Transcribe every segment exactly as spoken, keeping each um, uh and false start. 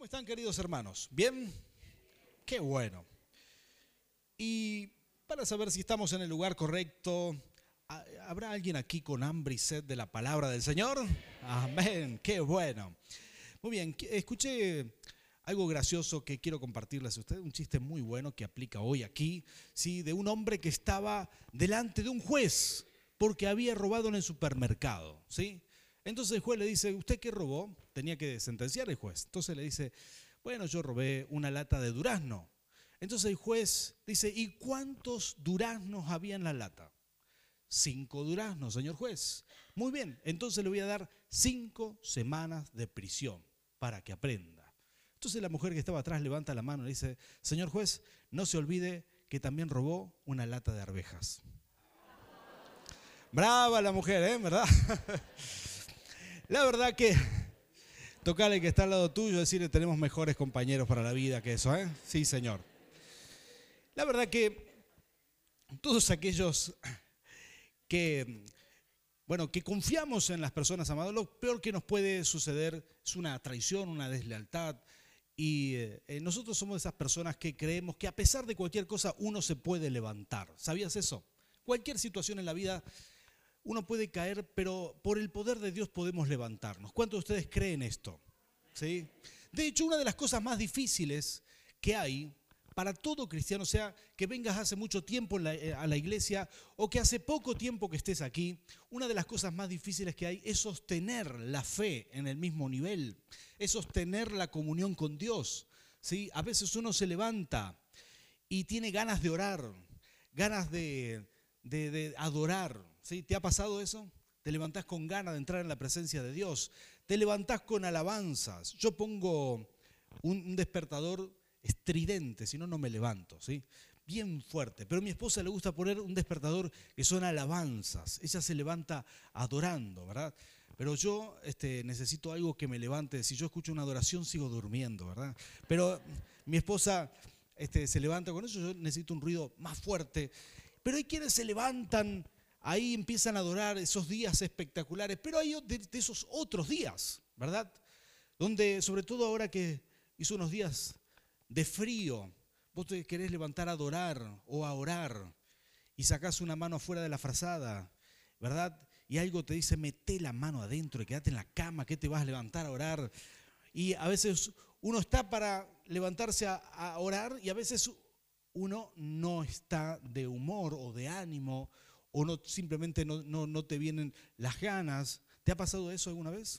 ¿Cómo están, queridos hermanos? ¿Bien? Qué bueno. Y para saber si estamos en el lugar correcto, ¿habrá alguien aquí con hambre y sed de la palabra del Señor? Amén, qué bueno. Muy bien, escuché algo gracioso que quiero compartirles a ustedes, un chiste muy bueno que aplica hoy aquí, ¿sí? De un hombre que estaba delante de un juez porque había robado en el supermercado, ¿sí? Entonces el juez le dice, ¿usted qué robó? Tenía que sentenciar el juez. Entonces le dice, bueno, yo robé una lata de durazno. Entonces el juez dice, ¿y cuántos duraznos había en la lata? Cinco duraznos, señor juez. Muy bien, entonces le voy a dar cinco semanas de prisión para que aprenda. Entonces la mujer que estaba atrás levanta la mano y le dice, señor juez, no se olvide que también robó una lata de arvejas. Brava la mujer, ¿eh? ¿Verdad? La verdad que tocarle que está al lado tuyo, decirle tenemos mejores compañeros para la vida que eso, ¿eh? Sí, señor. La verdad que todos aquellos que, bueno, que confiamos en las personas amadas, lo peor que nos puede suceder es una traición, una deslealtad. Y eh, nosotros somos esas personas que creemos que a pesar de cualquier cosa uno se puede levantar. ¿Sabías eso? Cualquier situación en la vida uno puede caer, pero por el poder de Dios podemos levantarnos. ¿Cuántos de ustedes creen esto? ¿Sí? De hecho, una de las cosas más difíciles que hay para todo cristiano, sea que vengas hace mucho tiempo en la, a la iglesia o que hace poco tiempo que estés aquí, una de las cosas más difíciles que hay es sostener la fe en el mismo nivel, es sostener la comunión con Dios, ¿sí? A veces uno se levanta y tiene ganas de orar, ganas de, de, de adorar, ¿sí? ¿Te ha pasado eso? Te levantás con ganas de entrar en la presencia de Dios, te levantás con alabanzas. Yo pongo un, un despertador estridente, si no, no me levanto, ¿sí? Bien fuerte. Pero a mi esposa le gusta poner un despertador que son alabanzas. Ella se levanta adorando, ¿verdad? Pero yo este, necesito algo que me levante. Si yo escucho una adoración, sigo durmiendo, ¿verdad? Pero mi esposa este, se levanta con eso, yo necesito un ruido más fuerte. Pero hay quienes se levantan, ahí empiezan a adorar esos días espectaculares. Pero hay de, de esos otros días, ¿verdad? Donde, sobre todo ahora que hizo unos días de frío, vos te querés levantar a adorar o a orar y sacás una mano afuera de la frazada, ¿verdad? Y algo te dice, mete la mano adentro y quédate en la cama, que te vas a levantar a orar. Y a veces uno está para levantarse a, a orar y a veces uno no está de humor o de ánimo o no, simplemente no, no, no te vienen las ganas. ¿Te ha pasado eso alguna vez?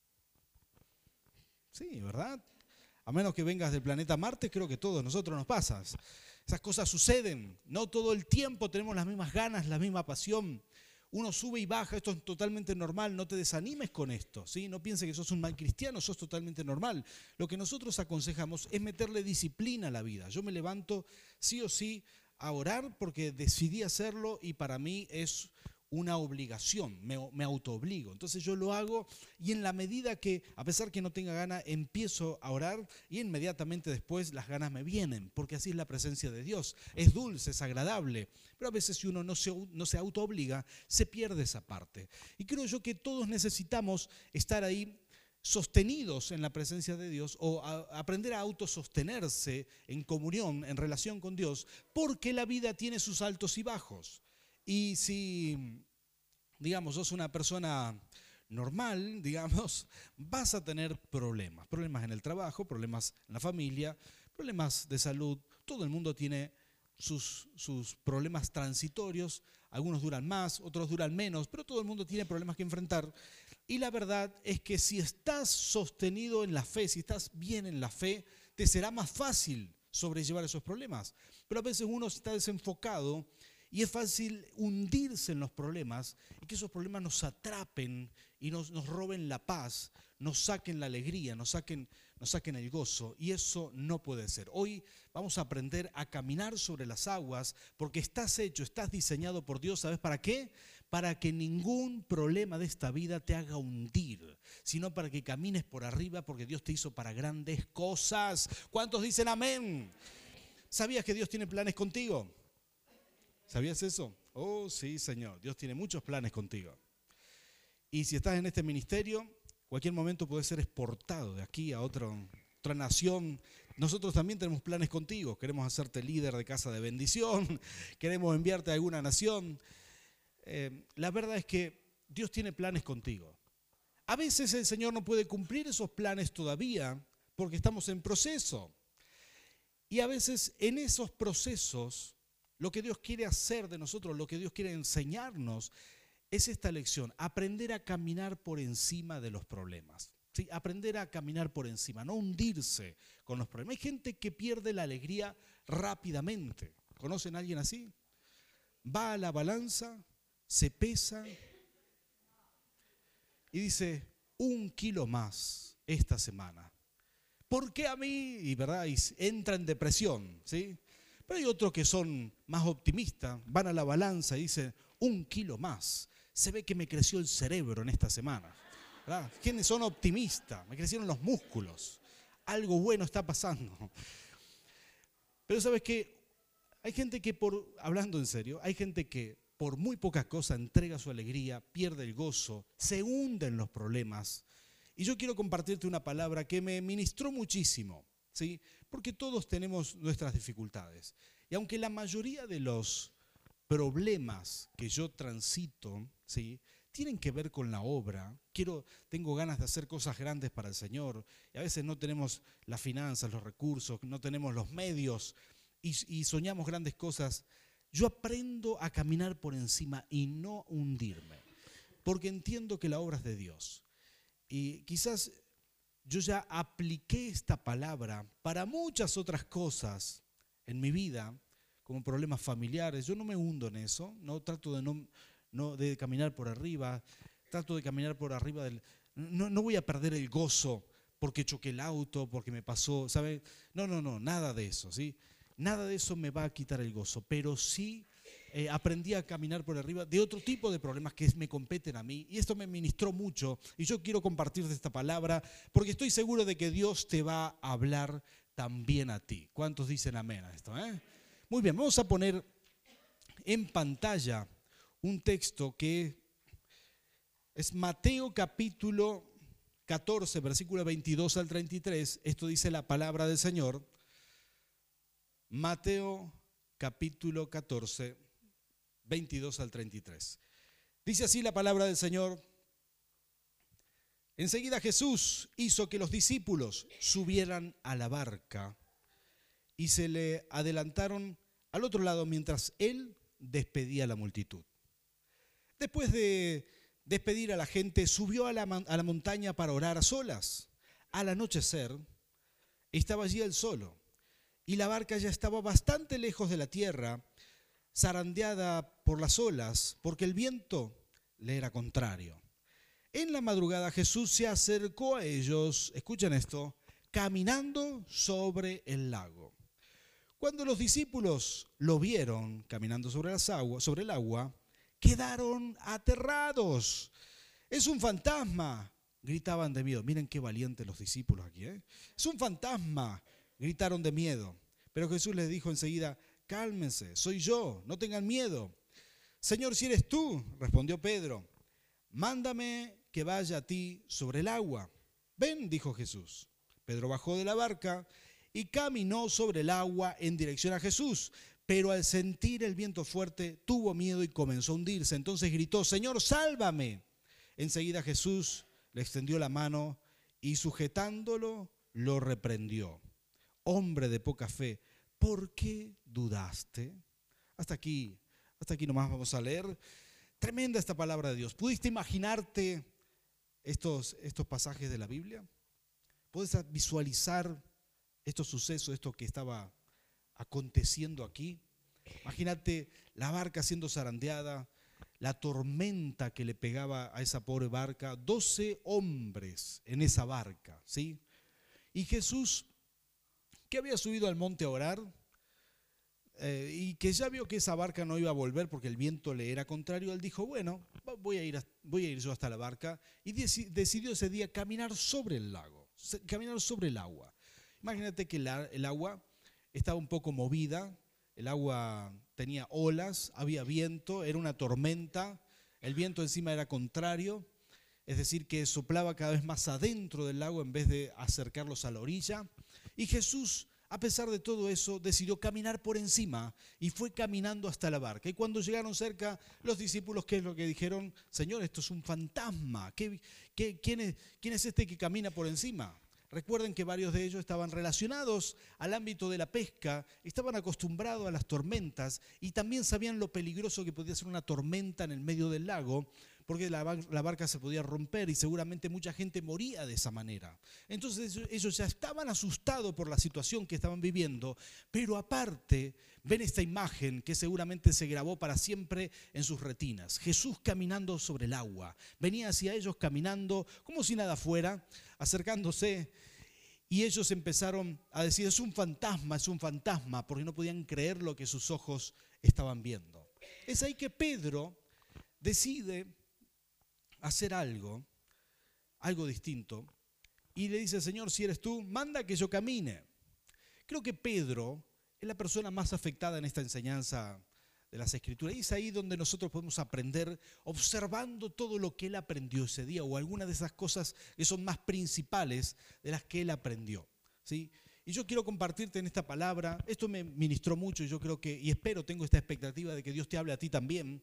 Sí, ¿verdad? A menos que vengas del planeta Marte, creo que a todos nosotros nos pasa. Esas cosas suceden. No todo el tiempo tenemos las mismas ganas, la misma pasión. Uno sube y baja, esto es totalmente normal. No te desanimes con esto, ¿sí? No pienses que sos un mal cristiano, sos totalmente normal. Lo que nosotros aconsejamos es meterle disciplina a la vida. Yo me levanto sí o sí a orar porque decidí hacerlo y para mí es una obligación, me, me autoobligo. Entonces yo lo hago y en la medida que, a pesar que no tenga ganas, empiezo a orar y inmediatamente después las ganas me vienen, porque así es la presencia de Dios. Es dulce, es agradable, pero a veces si uno no se, no se autoobliga, se pierde esa parte. Y creo yo que todos necesitamos estar ahí sostenidos en la presencia de Dios o a aprender a autosostenerse en comunión, en relación con Dios, porque la vida tiene sus altos y bajos. Y si, digamos, sos una persona normal, digamos, vas a tener problemas. Problemas en el trabajo, problemas en la familia, problemas de salud. Todo el mundo tiene sus, sus problemas transitorios. Algunos duran más, otros duran menos, pero todo el mundo tiene problemas que enfrentar. Y la verdad es que si estás sostenido en la fe, si estás bien en la fe, te será más fácil sobrellevar esos problemas. Pero a veces uno está desenfocado y es fácil hundirse en los problemas y que esos problemas nos atrapen y nos, nos roben la paz, nos saquen la alegría, nos saquen, nos saquen el gozo. Y eso no puede ser. Hoy vamos a aprender a caminar sobre las aguas porque estás hecho, estás diseñado por Dios. ¿Sabes para qué? Para que ningún problema de esta vida te haga hundir, sino para que camines por arriba porque Dios te hizo para grandes cosas. ¿Cuántos dicen amén? ¿Sabías que Dios tiene planes contigo? ¿Sabías eso? Oh, sí, Señor. Dios tiene muchos planes contigo. Y si estás en este ministerio, cualquier momento puedes ser exportado de aquí a otro, otra nación. Nosotros también tenemos planes contigo. Queremos hacerte líder de casa de bendición. Queremos enviarte a alguna nación. Eh, la verdad es que Dios tiene planes contigo. A veces el Señor no puede cumplir esos planes todavía porque estamos en proceso. Y a veces en esos procesos, lo que Dios quiere hacer de nosotros, lo que Dios quiere enseñarnos, es esta lección: aprender a caminar por encima de los problemas. ¿Sí? Aprender a caminar por encima, no hundirse con los problemas. Hay gente que pierde la alegría rápidamente. ¿Conocen a alguien así? Va a la balanza, se pesa y dice, un kilo más esta semana. ¿Por qué a mí? Y, ¿verdad? Y entra en depresión, ¿sí? Pero hay otros que son más optimistas, van a la balanza y dicen, un kilo más. Se ve que me creció el cerebro en esta semana. ¿Verdad? ¿Quiénes son optimistas? Me crecieron los músculos. Algo bueno está pasando. Pero ¿sabes qué? Hay gente que, por, hablando en serio, hay gente que por muy pocas cosas entrega su alegría, pierde el gozo, se hunde en los problemas. Y yo quiero compartirte una palabra que me ministró muchísimo, ¿sí? Porque todos tenemos nuestras dificultades. Y aunque la mayoría de los problemas que yo transito, ¿sí?, tienen que ver con la obra, quiero, tengo ganas de hacer cosas grandes para el Señor, y a veces no tenemos las finanzas, los recursos, no tenemos los medios, y, y soñamos grandes cosas. Yo aprendo a caminar por encima y no hundirme, porque entiendo que la obra es de Dios. Y quizás yo ya apliqué esta palabra para muchas otras cosas en mi vida, como problemas familiares. Yo no me hundo en eso, no trato de, no, no, de caminar por arriba, trato de caminar por arriba del... No, no voy a perder el gozo porque choqué el auto, porque me pasó, ¿sabe? No, no, no, nada de eso, ¿sí? Nada de eso me va a quitar el gozo, pero sí eh, aprendí a caminar por arriba de otro tipo de problemas que me competen a mí, y esto me ministró mucho, y yo quiero compartirte esta palabra porque estoy seguro de que Dios te va a hablar también a ti. ¿Cuántos dicen amén a esto? Eh? Muy bien, vamos a poner en pantalla un texto que es Mateo capítulo catorce, versículo veintidós al treinta y tres. Esto dice la palabra del Señor. Mateo capítulo catorce, veintidós al treinta y tres. Dice así la palabra del Señor. Enseguida Jesús hizo que los discípulos subieran a la barca y se le adelantaron al otro lado mientras él despedía a la multitud. Después de despedir a la gente, subió a la, a la montaña para orar a solas. Al anochecer, estaba allí él solo. Y la barca ya estaba bastante lejos de la tierra, zarandeada por las olas, porque el viento le era contrario. En la madrugada Jesús se acercó a ellos, escuchen esto, caminando sobre el lago. Cuando los discípulos lo vieron caminando sobre las aguas, sobre el agua, quedaron aterrados. Es un fantasma, gritaban de miedo. Miren qué valientes los discípulos aquí, ¿eh? Es un fantasma. Gritaron de miedo, pero Jesús les dijo enseguida, cálmense, soy yo, no tengan miedo. Señor, si eres tú, respondió Pedro, mándame que vaya a ti sobre el agua. Ven, dijo Jesús. Pedro bajó de la barca y caminó sobre el agua en dirección a Jesús, pero al sentir el viento fuerte tuvo miedo y comenzó a hundirse. Entonces gritó, Señor, sálvame. Enseguida Jesús le extendió la mano y sujetándolo lo reprendió. Hombre de poca fe, ¿por qué dudaste? Hasta aquí, hasta aquí nomás vamos a leer. Tremenda esta palabra de Dios. ¿Pudiste imaginarte estos, estos pasajes de la Biblia? ¿Puedes visualizar estos sucesos, esto que estaba aconteciendo aquí? Imagínate la barca siendo zarandeada, la tormenta que le pegaba a esa pobre barca, doce hombres en esa barca, ¿sí? Y Jesús, que había subido al monte a orar eh, y que ya vio que esa barca no iba a volver porque el viento le era contrario, él dijo, bueno, voy a ir, a, voy a ir yo hasta la barca, y dec- decidió ese día caminar sobre el lago, caminar sobre el agua. Imagínate que la, el agua estaba un poco movida, el agua tenía olas, había viento, era una tormenta, el viento encima era contrario. es decir, que soplaba cada vez más adentro del lago en vez de acercarlos a la orilla. Y Jesús, a pesar de todo eso, decidió caminar por encima y fue caminando hasta la barca. Y cuando llegaron cerca, los discípulos, ¿qué es lo que dijeron? Señor, esto es un fantasma. ¿Qué, qué, quién, es, ¿Quién es este que camina por encima? Recuerden que varios de ellos estaban relacionados al ámbito de la pesca, estaban acostumbrados a las tormentas y también sabían lo peligroso que podía ser una tormenta en el medio del lago, porque la, la barca se podía romper y seguramente mucha gente moría de esa manera. Entonces ellos ya estaban asustados por la situación que estaban viviendo, pero aparte ven esta imagen que seguramente se grabó para siempre en sus retinas. Jesús caminando sobre el agua, venía hacia ellos caminando como si nada fuera, acercándose, y ellos empezaron a decir, es un fantasma, es un fantasma, porque no podían creer lo que sus ojos estaban viendo. Es ahí que Pedro decide hacer algo, algo distinto, y le dice, Señor, si eres tú, manda que yo camine. Creo que Pedro es la persona más afectada en esta enseñanza de las Escrituras, y es ahí donde nosotros podemos aprender observando todo lo que él aprendió ese día, o algunas de esas cosas que son más principales de las que él aprendió, ¿sí? Y yo quiero compartirte en esta palabra, esto me ministró mucho, y yo creo que, y espero, tengo esta expectativa de que Dios te hable a ti también.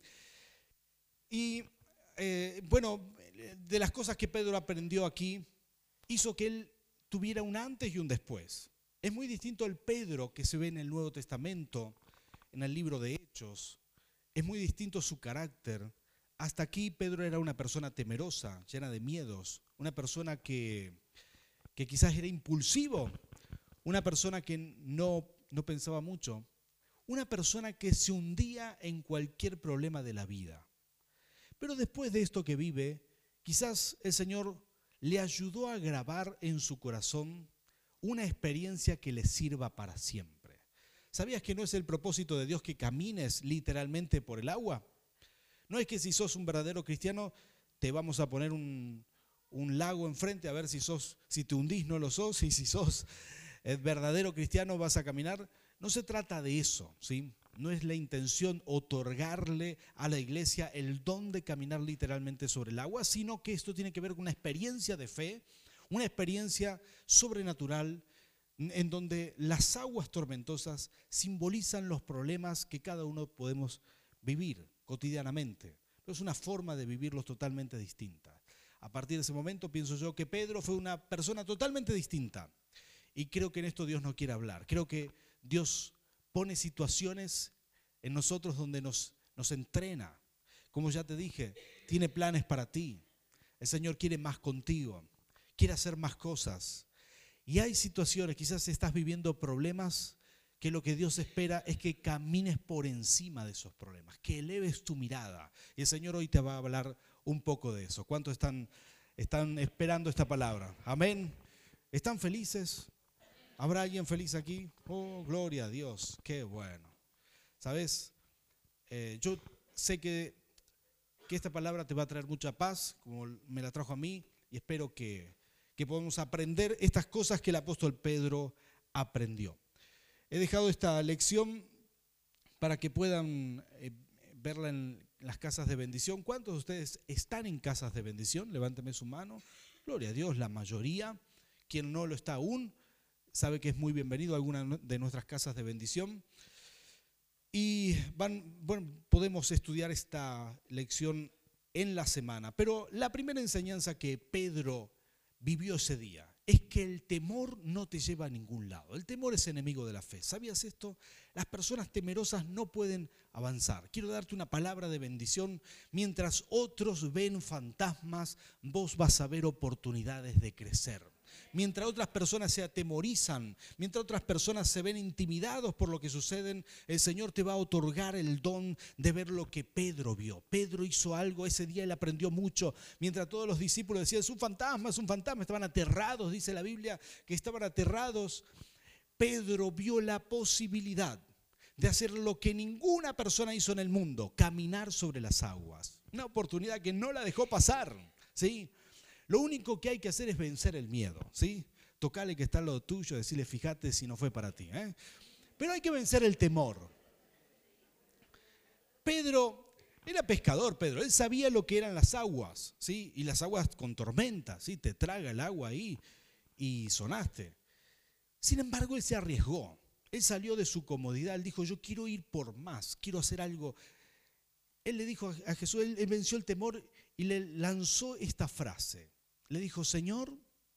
Y Eh, bueno, de las cosas que Pedro aprendió aquí, hizo que él tuviera un antes y un después. Es muy distinto el Pedro que se ve en el Nuevo Testamento, en el libro de Hechos. Es muy distinto su carácter. Hasta aquí Pedro era una persona temerosa, llena de miedos, una persona que, que quizás era impulsivo, una persona que no, no pensaba mucho, una persona que se hundía en cualquier problema de la vida. Pero después de esto que vive, quizás el Señor le ayudó a grabar en su corazón una experiencia que le sirva para siempre. ¿Sabías que no es el propósito de Dios que camines literalmente por el agua? No es que si sos un verdadero cristiano te vamos a poner un, un lago enfrente a ver si, sos, si te hundís no lo sos, y si sos verdadero cristiano vas a caminar. No se trata de eso, ¿sí? No es la intención otorgarle a la iglesia el don de caminar literalmente sobre el agua, sino que esto tiene que ver con una experiencia de fe, una experiencia sobrenatural en donde las aguas tormentosas simbolizan los problemas que cada uno podemos vivir cotidianamente. Pero es una forma de vivirlos totalmente distinta. A partir de ese momento pienso yo que Pedro fue una persona totalmente distinta. Y creo que en esto Dios no quiere hablar. Creo que Dios pone situaciones en nosotros donde nos, nos entrena. Como ya te dije, tiene planes para ti. El Señor quiere más contigo, quiere hacer más cosas. Y hay situaciones, quizás estás viviendo problemas, que lo que Dios espera es que camines por encima de esos problemas, que eleves tu mirada. Y el Señor hoy te va a hablar un poco de eso. ¿Cuántos están, están esperando esta palabra? Amén. ¿Están felices? ¿Habrá alguien feliz aquí? Oh, gloria a Dios, qué bueno. ¿Sabes? Eh, yo sé que, que esta palabra te va a traer mucha paz, como me la trajo a mí, y espero que, que podamos aprender estas cosas que el apóstol Pedro aprendió. He dejado esta lección para que puedan eh, verla en las casas de bendición. ¿Cuántos de ustedes están en casas de bendición? Levánteme su mano. Gloria a Dios, la mayoría. Quien no lo está aún, sabe que es muy bienvenido a alguna de nuestras casas de bendición. Y van, bueno, podemos estudiar esta lección en la semana. Pero la primera enseñanza que Pedro vivió ese día es que el temor no te lleva a ningún lado. El temor es enemigo de la fe. ¿Sabías esto? Las personas temerosas no pueden avanzar. Quiero darte una palabra de bendición. Mientras otros ven fantasmas, vos vas a ver oportunidades de crecer. Mientras otras personas se atemorizan, mientras otras personas se ven intimidados por lo que sucede, el Señor te va a otorgar el don de ver lo que Pedro vio. Pedro hizo algo, ese día él aprendió mucho. Mientras todos los discípulos decían, es un fantasma, es un fantasma, estaban aterrados, dice la Biblia, que estaban aterrados. Pedro vio la posibilidad de hacer lo que ninguna persona hizo en el mundo, caminar sobre las aguas. Una oportunidad que no la dejó pasar, ¿sí? Lo único que hay que hacer es vencer el miedo, ¿sí? Tocale que está al lado tuyo, decirle, fíjate si no fue para ti, ¿eh? Pero hay que vencer el temor. Pedro Era pescador, Pedro. Él sabía lo que eran las aguas, ¿sí? Y las aguas con tormenta, ¿sí? Te traga el agua ahí y sonaste. Sin embargo, él se arriesgó. Él salió de su comodidad. Él dijo, yo quiero ir por más, quiero hacer algo. Él le dijo a Jesús, él, él venció el temor y le lanzó esta frase. Le dijo, Señor,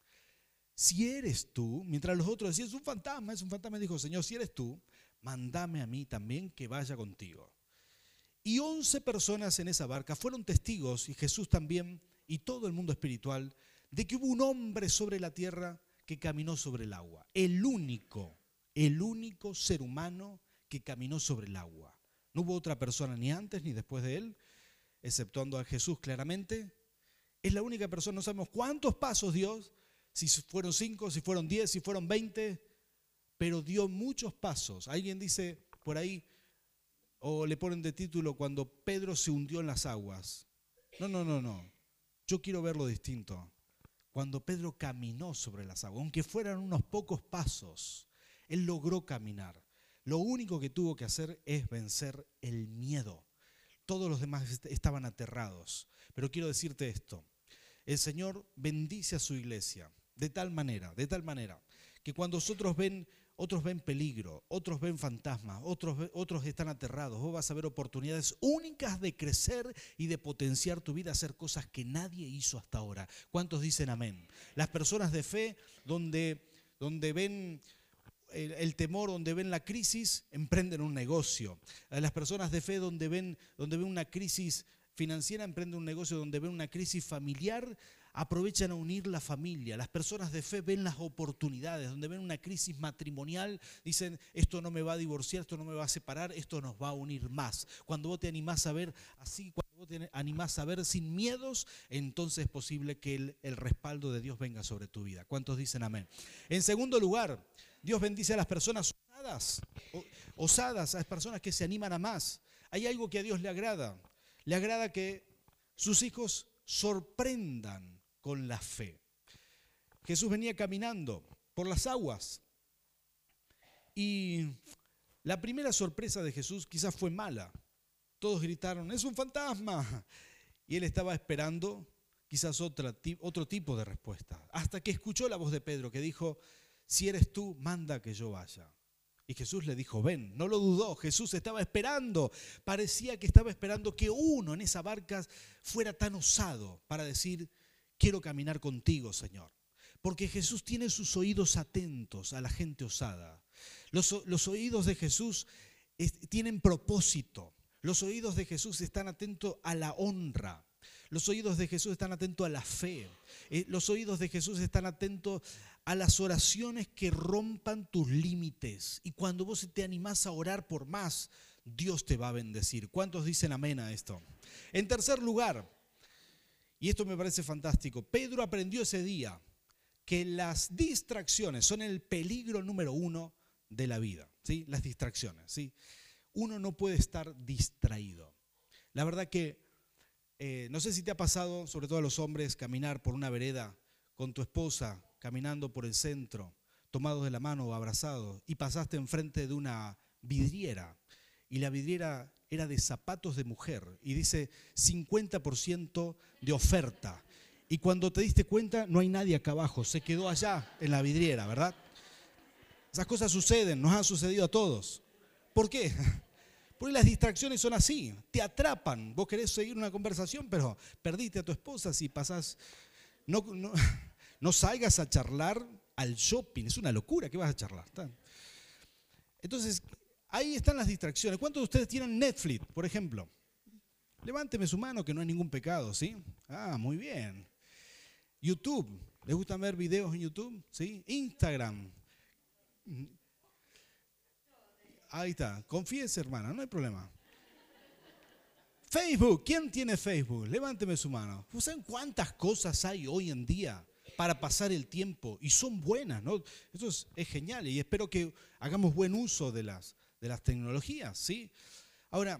si eres tú, mientras los otros decían, es un fantasma, es un fantasma, dijo, Señor, si eres tú, mándame a mí también que vaya contigo. Y once personas en esa barca fueron testigos, y Jesús también, y todo el mundo espiritual, de que hubo un hombre sobre la tierra que caminó sobre el agua. El único, el único ser humano que caminó sobre el agua. No hubo otra persona ni antes ni después de él, exceptuando a Jesús claramente. Es la única persona, no sabemos cuántos pasos dio, si fueron cinco, si fueron diez, si fueron veinte, pero dio muchos pasos. Alguien dice por ahí, o le ponen de título, cuando Pedro se hundió en las aguas. No, no, no, no. Yo quiero verlo distinto. Cuando Pedro caminó sobre las aguas, aunque fueran unos pocos pasos, él logró caminar. Lo único que tuvo que hacer es vencer el miedo. Todos los demás estaban aterrados. Pero quiero decirte esto. El Señor bendice a su iglesia de tal manera, de tal manera, que cuando otros ven, otros ven peligro, otros ven fantasmas, otros, otros están aterrados, vos vas a ver oportunidades únicas de crecer y de potenciar tu vida, hacer cosas que nadie hizo hasta ahora. ¿Cuántos dicen amén? Las personas de fe, donde, donde ven el, el temor, donde ven la crisis, emprenden un negocio. Las personas de fe, donde ven, donde ven una crisis financiera, emprenden un negocio. Donde ven una crisis familiar, aprovechan a unir la familia. Las personas de fe ven las oportunidades. Donde ven una crisis matrimonial, dicen, esto no me va a divorciar, esto no me va a separar, esto nos va a unir más. Cuando vos te animás a ver así, cuando vos te animás a ver sin miedos, entonces es posible que el, el respaldo de Dios venga sobre tu vida. ¿Cuántos dicen amén? En segundo lugar, Dios bendice a las personas osadas, osadas, a las personas que se animan a más. Hay algo que a Dios le agrada. Le agrada que sus hijos sorprendan con la fe. Jesús venía caminando por las aguas y la primera sorpresa de Jesús quizás fue mala. Todos gritaron, es un fantasma. Y él estaba esperando quizás otra, otro tipo de respuesta. Hasta que escuchó la voz de Pedro que dijo, si eres tú, manda que yo vaya. Y Jesús le dijo, ven, no lo dudó, Jesús estaba esperando, parecía que estaba esperando que uno en esa barca fuera tan osado para decir, quiero caminar contigo, Señor. Porque Jesús tiene sus oídos atentos a la gente osada. Los, los oídos de Jesús es, tienen propósito. Los oídos de Jesús están atentos a la honra. Los oídos de Jesús están atentos a la fe. Eh, los oídos de Jesús están atentos a las oraciones que rompan tus límites. Y cuando vos te animás a orar por más, Dios te va a bendecir. ¿Cuántos dicen amén a esto? En tercer lugar, y esto me parece fantástico, Pedro aprendió ese día que las distracciones son el peligro número uno de la vida, ¿sí? Las distracciones, ¿sí? Uno no puede estar distraído. La verdad que eh, no sé si te ha pasado, sobre todo a los hombres, caminar por una vereda con tu esposa, caminando por el centro, tomados de la mano o abrazados, y pasaste enfrente de una vidriera, y la vidriera era de zapatos de mujer, y dice cincuenta por ciento de oferta. Y cuando te diste cuenta, no hay nadie acá abajo, se quedó allá en la vidriera, ¿verdad? Esas cosas suceden, nos han sucedido a todos. ¿Por qué? Porque las distracciones son así, te atrapan. Vos querés seguir una conversación, pero perdiste a tu esposa si pasás. No, no, no salgas a charlar al shopping, es una locura, ¿qué vas a charlar? Entonces, ahí están las distracciones. ¿Cuántos de ustedes tienen Netflix, por ejemplo? Levánteme su mano, que no hay ningún pecado, ¿sí? Ah, muy bien. YouTube, ¿les gusta ver videos en YouTube? ¿Sí? Instagram. Ahí está, confíese, hermana, no hay problema. Facebook, ¿quién tiene Facebook? Levánteme su mano. ¿Saben cuántas cosas hay hoy en día para pasar el tiempo? Y son buenas, ¿no? Eso es, es genial y espero que hagamos buen uso de las, de las tecnologías, ¿sí? Ahora,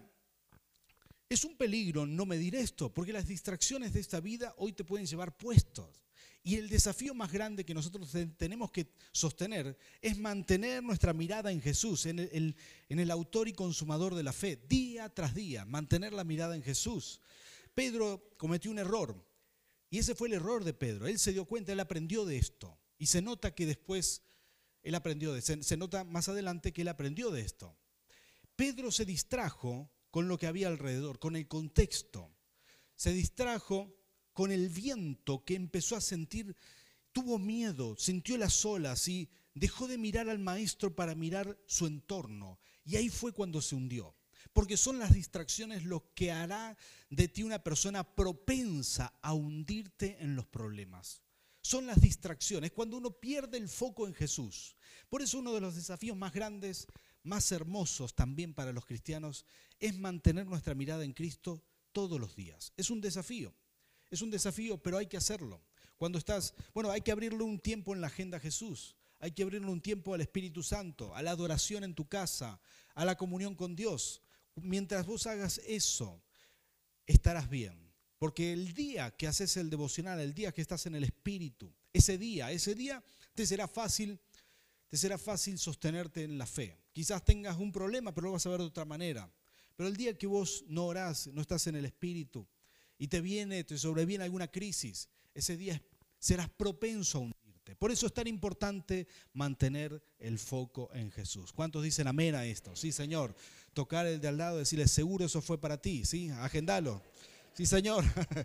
es un peligro no medir esto, porque las distracciones de esta vida hoy te pueden llevar puestos. Y el desafío más grande que nosotros tenemos que sostener es mantener nuestra mirada en Jesús, en el, en el autor y consumador de la fe, día tras día, mantener la mirada en Jesús. Pedro cometió un error, y ese fue el error de Pedro. Él se dio cuenta, él aprendió de esto, y se nota que después, él aprendió de, se, se nota más adelante que él aprendió de esto. Pedro se distrajo con lo que había alrededor, con el contexto. Se distrajo con el viento que empezó a sentir, tuvo miedo, sintió las olas y dejó de mirar al maestro para mirar su entorno. Y ahí fue cuando se hundió. Porque son las distracciones lo que hará de ti una persona propensa a hundirte en los problemas. Son las distracciones, cuando uno pierde el foco en Jesús. Por eso uno de los desafíos más grandes, más hermosos también para los cristianos, es mantener nuestra mirada en Cristo todos los días. Es un desafío. Es un desafío, pero hay que hacerlo. Cuando estás, bueno, hay que abrirle un tiempo en la agenda a Jesús. Hay que abrirle un tiempo al Espíritu Santo, a la adoración en tu casa, a la comunión con Dios. Mientras vos hagas eso, estarás bien. Porque el día que haces el devocional, el día que estás en el Espíritu, ese día, ese día te será fácil, te será fácil sostenerte en la fe. Quizás tengas un problema, pero lo vas a ver de otra manera. Pero el día que vos no orás, no estás en el Espíritu, y te viene, te sobreviene alguna crisis, ese día serás propenso a hundirte. Por eso es tan importante mantener el foco en Jesús. ¿Cuántos dicen amén a esto? Sí, Señor. Tocar el de al lado, decirle, seguro eso fue para ti, ¿sí? Agendalo. Sí, Señor.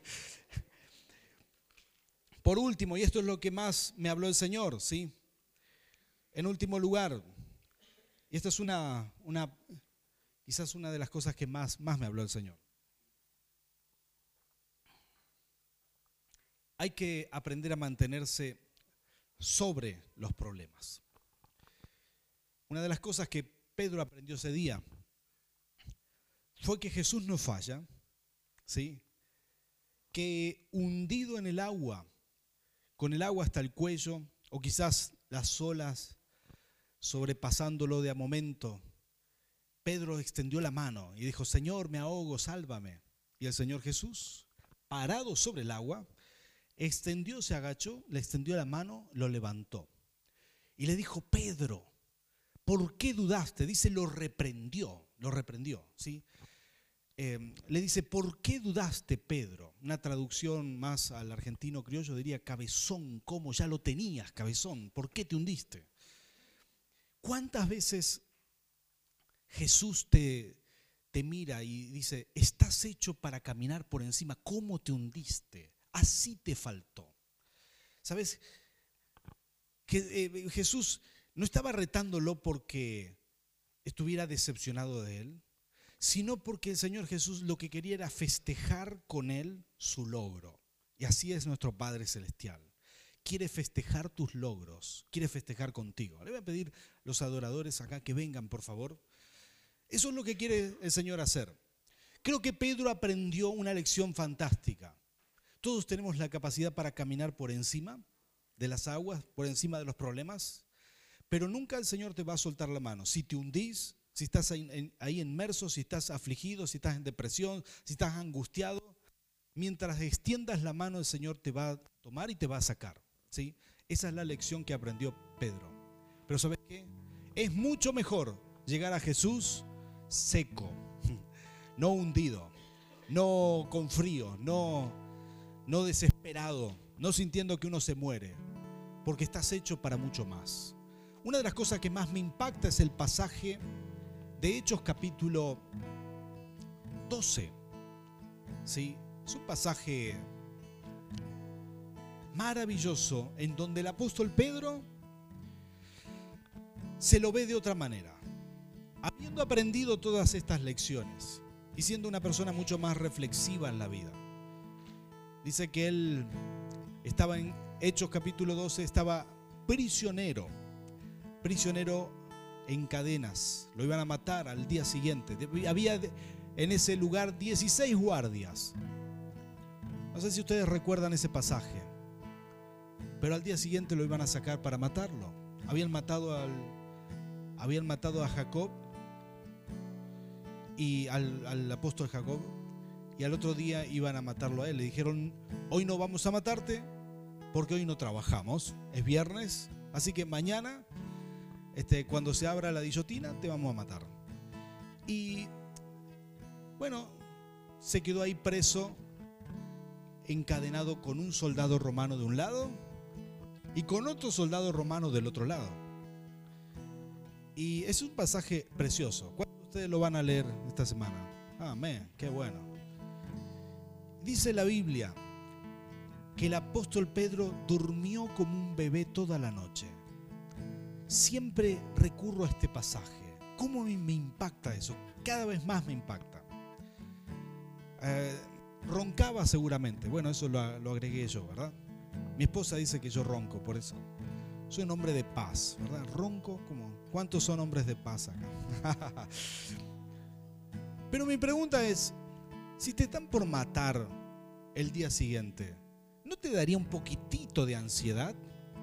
Por último, y esto es lo que más me habló el Señor, ¿sí? En último lugar, y esta es una, una quizás una de las cosas que más, más me habló el Señor. Hay que aprender a mantenerse sobre los problemas. Una de las cosas que Pedro aprendió ese día fue que Jesús no falla, ¿sí? Que hundido en el agua, con el agua hasta el cuello, o quizás las olas sobrepasándolo de a momento, Pedro extendió la mano y dijo, Señor, me ahogo, sálvame. Y el Señor Jesús, parado sobre el agua, extendió, se agachó, le extendió la mano, lo levantó. Y le dijo, Pedro, ¿por qué dudaste? Dice, lo reprendió, lo reprendió, ¿sí? Eh, le dice, ¿por qué dudaste, Pedro? Una traducción más al argentino criollo diría, cabezón, ¿cómo ya lo tenías, cabezón? ¿Por qué te hundiste? ¿Cuántas veces Jesús te, te mira y dice, estás hecho para caminar por encima, ¿cómo te hundiste? Así te faltó. ¿Sabes? Que eh, Jesús no estaba retándolo porque estuviera decepcionado de él, sino porque el Señor Jesús lo que quería era festejar con él su logro. Y así es nuestro Padre Celestial. Quiere festejar tus logros, quiere festejar contigo. Le voy a pedir a los adoradores acá que vengan, por favor. Eso es lo que quiere el Señor hacer. Creo que Pedro aprendió una lección fantástica. Todos tenemos la capacidad para caminar por encima de las aguas, por encima de los problemas, pero nunca el Señor te va a soltar la mano. Si te hundís, si estás ahí, ahí inmerso, si estás afligido, si estás en depresión, si estás angustiado, mientras extiendas la mano el Señor te va a tomar y te va a sacar, ¿sí? Esa es la lección que aprendió Pedro. Pero ¿sabes qué? Es mucho mejor llegar a Jesús seco, no hundido, no con frío, no... no desesperado, no sintiendo que uno se muere, porque estás hecho para mucho más. Una de las cosas que más me impacta es el pasaje de Hechos capítulo doce. ¿Sí? Es un pasaje maravilloso en donde el apóstol Pedro se lo ve de otra manera. Habiendo aprendido todas estas lecciones y siendo una persona mucho más reflexiva en la vida, dice que él estaba en Hechos capítulo doce, estaba prisionero, prisionero en cadenas. Lo iban a matar al día siguiente. Había en ese lugar dieciséis guardias. No sé si ustedes recuerdan ese pasaje, pero al día siguiente lo iban a sacar para matarlo. Habían matado, al, habían matado a Jacob y al, al apóstol Jacob. Y al otro día iban a matarlo a él. Le dijeron, hoy no vamos a matarte, porque hoy no trabajamos, es viernes, así que mañana, este, cuando se abra la guillotina, te vamos a matar. Y bueno, se quedó ahí preso, encadenado con un soldado romano de un lado y con otro soldado romano del otro lado. Y es un pasaje precioso. ¿Cuántos de ustedes lo van a leer esta semana? Amén, qué bueno. Dice la Biblia que el apóstol Pedro durmió como un bebé toda la noche. Siempre recurro a este pasaje. ¿Cómo me impacta eso? Cada vez más me impacta. Eh, roncaba seguramente. Bueno, eso lo, lo agregué yo, ¿verdad? Mi esposa dice que yo ronco, por eso. Soy un hombre de paz, ¿verdad? Ronco como... ¿Cuántos son hombres de paz acá? Pero mi pregunta es, si te están por matar el día siguiente, ¿no te daría un poquitito de ansiedad?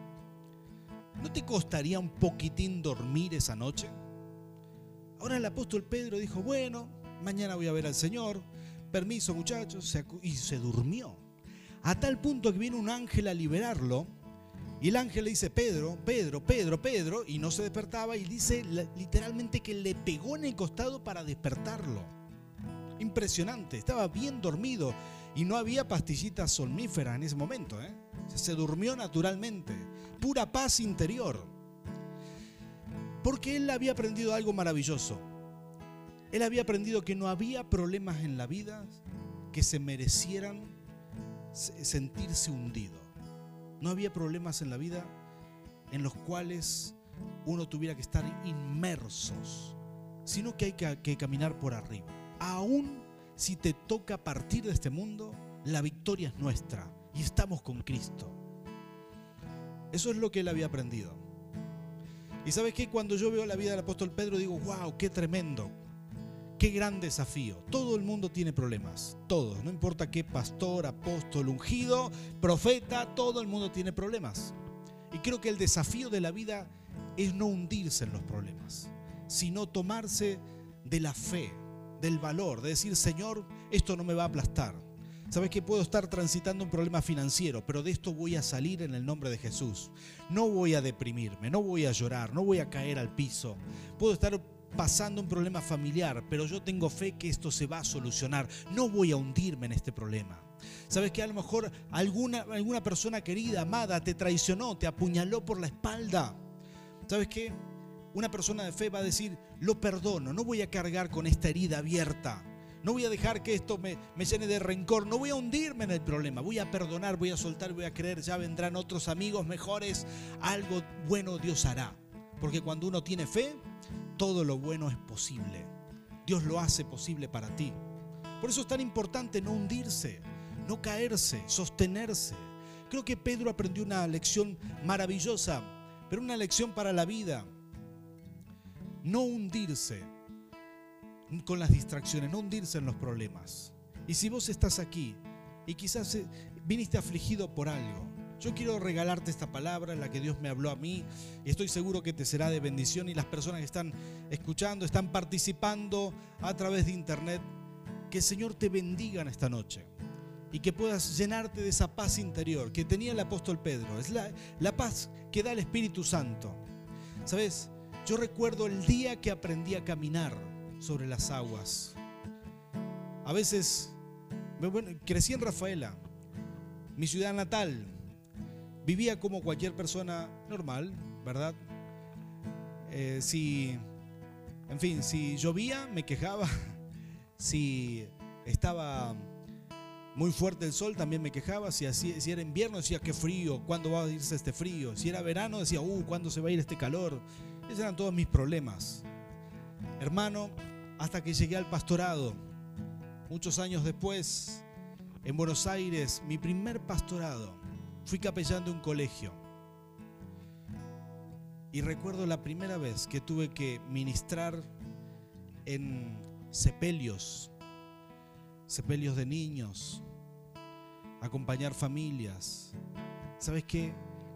¿No te costaría un poquitín dormir esa noche? Ahora el apóstol Pedro dijo, bueno, mañana voy a ver al Señor, permiso muchachos, y se durmió. A tal punto que viene un ángel a liberarlo, y el ángel le dice, Pedro, Pedro, Pedro, Pedro, y no se despertaba, y dice literalmente que le pegó en el costado para despertarlo. Impresionante, estaba bien dormido y no había pastillitas somníferas en ese momento, ¿eh? Se durmió naturalmente, pura paz interior. Porque él había aprendido algo maravilloso. Él había aprendido que no había problemas en la vida que se merecieran sentirse hundido. No había problemas en la vida en los cuales uno tuviera que estar inmersos, sino que hay que, que caminar por arriba. Aún si te toca partir de este mundo, la victoria es nuestra y estamos con Cristo. Eso es lo que él había aprendido. Y ¿sabes qué? Cuando yo veo la vida del apóstol Pedro digo, wow, qué tremendo, qué gran desafío. Todo el mundo tiene problemas, todos, no importa qué pastor, apóstol, ungido, profeta, todo el mundo tiene problemas. Y creo que el desafío de la vida es no hundirse en los problemas, sino tomarse de la fe, del valor, de decir, Señor, esto no me va a aplastar. Sabes que puedo estar transitando un problema financiero, pero de esto voy a salir en el nombre de Jesús. No voy a deprimirme, no voy a llorar, no voy a caer al piso. Puedo estar pasando un problema familiar, pero yo tengo fe que esto se va a solucionar. No voy a hundirme en este problema. Sabes que a lo mejor alguna, alguna persona querida, amada, te traicionó, te apuñaló por la espalda. ¿Sabes qué? Una persona de fe va a decir, lo perdono, no voy a cargar con esta herida abierta. No voy a dejar que esto me, me llene de rencor, no voy a hundirme en el problema. Voy a perdonar, voy a soltar, voy a creer, ya vendrán otros amigos mejores. Algo bueno Dios hará. Porque cuando uno tiene fe, todo lo bueno es posible. Dios lo hace posible para ti. Por eso es tan importante no hundirse, no caerse, sostenerse. Creo que Pedro aprendió una lección maravillosa, pero una lección para la vida. No hundirse con las distracciones, no hundirse en los problemas. Y si vos estás aquí y quizás viniste afligido por algo, yo quiero regalarte esta palabra, la que Dios me habló a mí, y estoy seguro que te será de bendición. Y las personas que están escuchando, están participando a través de internet, que el Señor te bendiga en esta noche y que puedas llenarte de esa paz interior que tenía el apóstol Pedro. Es la, la paz que da el Espíritu Santo. ¿Sabes? Yo recuerdo el día que aprendí a caminar sobre las aguas. A veces, bueno, crecí en Rafaela, mi ciudad natal. Vivía como cualquier persona normal, ¿verdad? Eh, si, en fin, si llovía, me quejaba. Si estaba muy fuerte el sol, también me quejaba. Si, así, si era invierno, decía, qué frío, ¿cuándo va a irse este frío? Si era verano, decía, uh, ¿cuándo se va a ir este calor? Esos eran todos mis problemas. Hermano, hasta que llegué al pastorado, muchos años después, en Buenos Aires, mi primer pastorado, fui capellán de un colegio. Y recuerdo la primera vez que tuve que ministrar en sepelios, sepelios de niños, acompañar familias. ¿Sabes qué?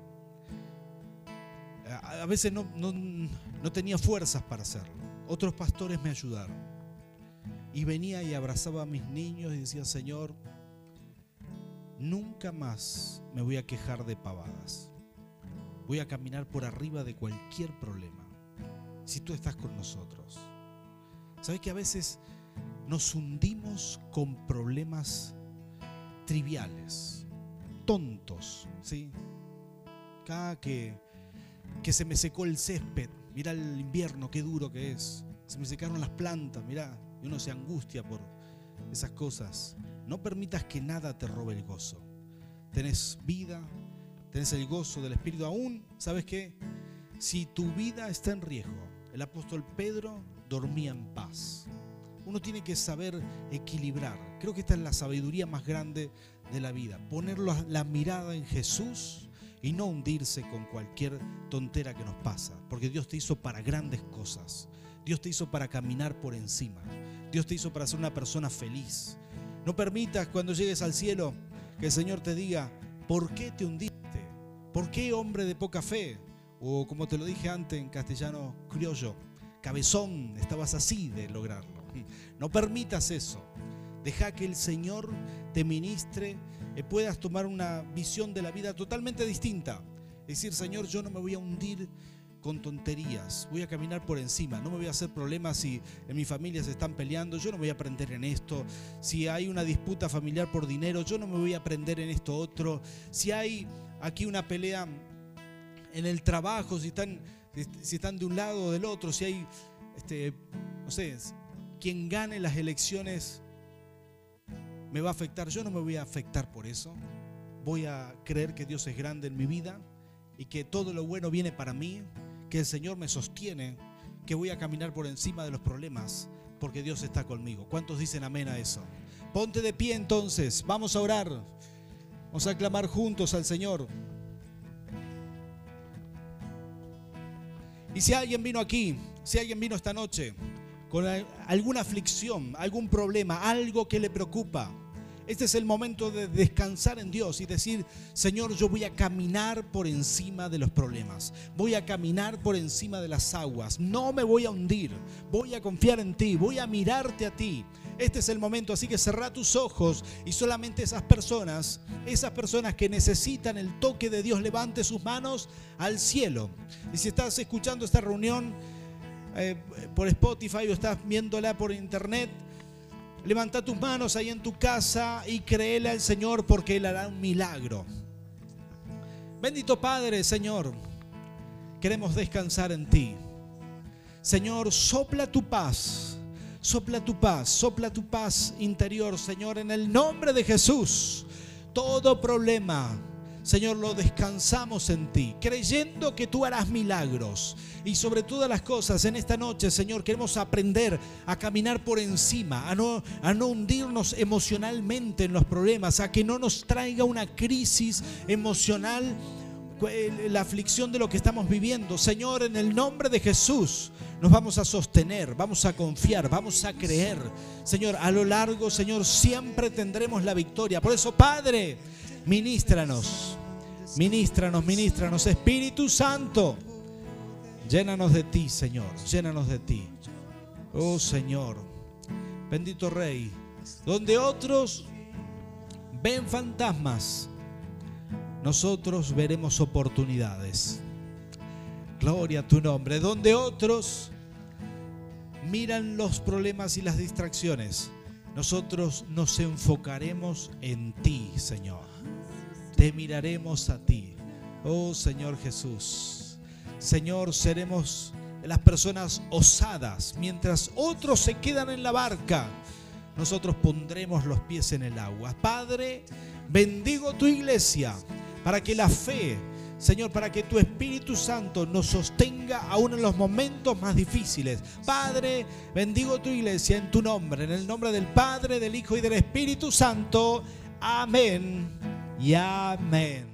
A veces no, no, no tenía fuerzas para hacerlo. Otros pastores me ayudaron. Y venía y abrazaba a mis niños y decía, Señor, nunca más me voy a quejar de pavadas. Voy a caminar por arriba de cualquier problema. Si tú estás con nosotros. ¿Sabes que a veces nos hundimos con problemas triviales, tontos, ¿sí? Cada que, que se me secó el césped, mirá el invierno, qué duro que es. Se me secaron las plantas, mirá, y uno se angustia por esas cosas. No permitas que nada te robe el gozo. Tenés vida, tenés el gozo del Espíritu aún. ¿Sabes qué? Si tu vida está en riesgo, el apóstol Pedro dormía en paz. Uno tiene que saber equilibrar. Creo que esta es la sabiduría más grande de la vida. Poner la mirada en Jesús y no hundirse con cualquier tontera que nos pasa. Porque Dios te hizo para grandes cosas. Dios te hizo para caminar por encima. Dios te hizo para ser una persona feliz. No permitas cuando llegues al cielo que el Señor te diga, ¿por qué te hundiste? ¿Por qué, hombre de poca fe? O como te lo dije antes en castellano criollo, cabezón, estabas así de lograrlo. No permitas eso. Deja que el Señor te ministre, y puedas tomar una visión de la vida totalmente distinta. Es decir, Señor, yo no me voy a hundir con tonterías, voy a caminar por encima, no me voy a hacer problemas si en mi familia se están peleando, yo no me voy a prender en esto. Si hay una disputa familiar por dinero, yo no me voy a prender en esto otro. Si hay aquí una pelea en el trabajo, si están, si están de un lado o del otro, si hay, este, no sé, quien gane las elecciones me va a afectar, yo no me voy a afectar por eso. Voy a creer que Dios es grande en mi vida y que todo lo bueno viene para mí, que el Señor me sostiene, que voy a caminar por encima de los problemas porque Dios está conmigo. ¿Cuántos dicen amén a eso? Ponte de pie entonces, vamos a orar, vamos a clamar juntos al Señor. Y si alguien vino aquí, si alguien vino esta noche con alguna aflicción, algún problema, algo que le preocupa, este es el momento de descansar en Dios y decir, Señor, yo voy a caminar por encima de los problemas. Voy a caminar por encima de las aguas. No me voy a hundir. Voy a confiar en ti. Voy a mirarte a ti. Este es el momento, así que cerrá tus ojos y solamente esas personas, esas personas que necesitan el toque de Dios, levante sus manos al cielo. Y si estás escuchando esta reunión eh, por Spotify o estás viéndola por internet, levanta tus manos ahí en tu casa y créele al Señor porque Él hará un milagro. Bendito Padre, Señor, queremos descansar en ti. Señor, sopla tu paz, sopla tu paz, sopla tu paz interior, Señor, en el nombre de Jesús. Todo problema, Señor, lo descansamos en ti, creyendo que tú harás milagros. Y sobre todas las cosas, en esta noche, Señor, queremos aprender a caminar por encima, a no, a no hundirnos emocionalmente en los problemas, a que no nos traiga una crisis emocional la aflicción de lo que estamos viviendo. Señor, en el nombre de Jesús, nos vamos a sostener, vamos a confiar, vamos a creer. Señor, a lo largo, Señor, siempre tendremos la victoria. Por eso, Padre, Ministranos, ministranos, ministranos, Espíritu Santo, llénanos de ti, Señor, llénanos de ti. Oh Señor, bendito Rey, donde otros ven fantasmas, nosotros veremos oportunidades. Gloria a tu nombre. Donde otros miran los problemas y las distracciones, nosotros nos enfocaremos en ti, Señor. Te miraremos a ti, oh Señor Jesús. Señor, seremos las personas osadas. Mientras otros se quedan en la barca, nosotros pondremos los pies en el agua. Padre, bendigo tu iglesia para que la fe, Señor, para que tu Espíritu Santo nos sostenga aún en los momentos más difíciles. Padre, bendigo tu iglesia en tu nombre, en el nombre del Padre, del Hijo y del Espíritu Santo. Amén y amén.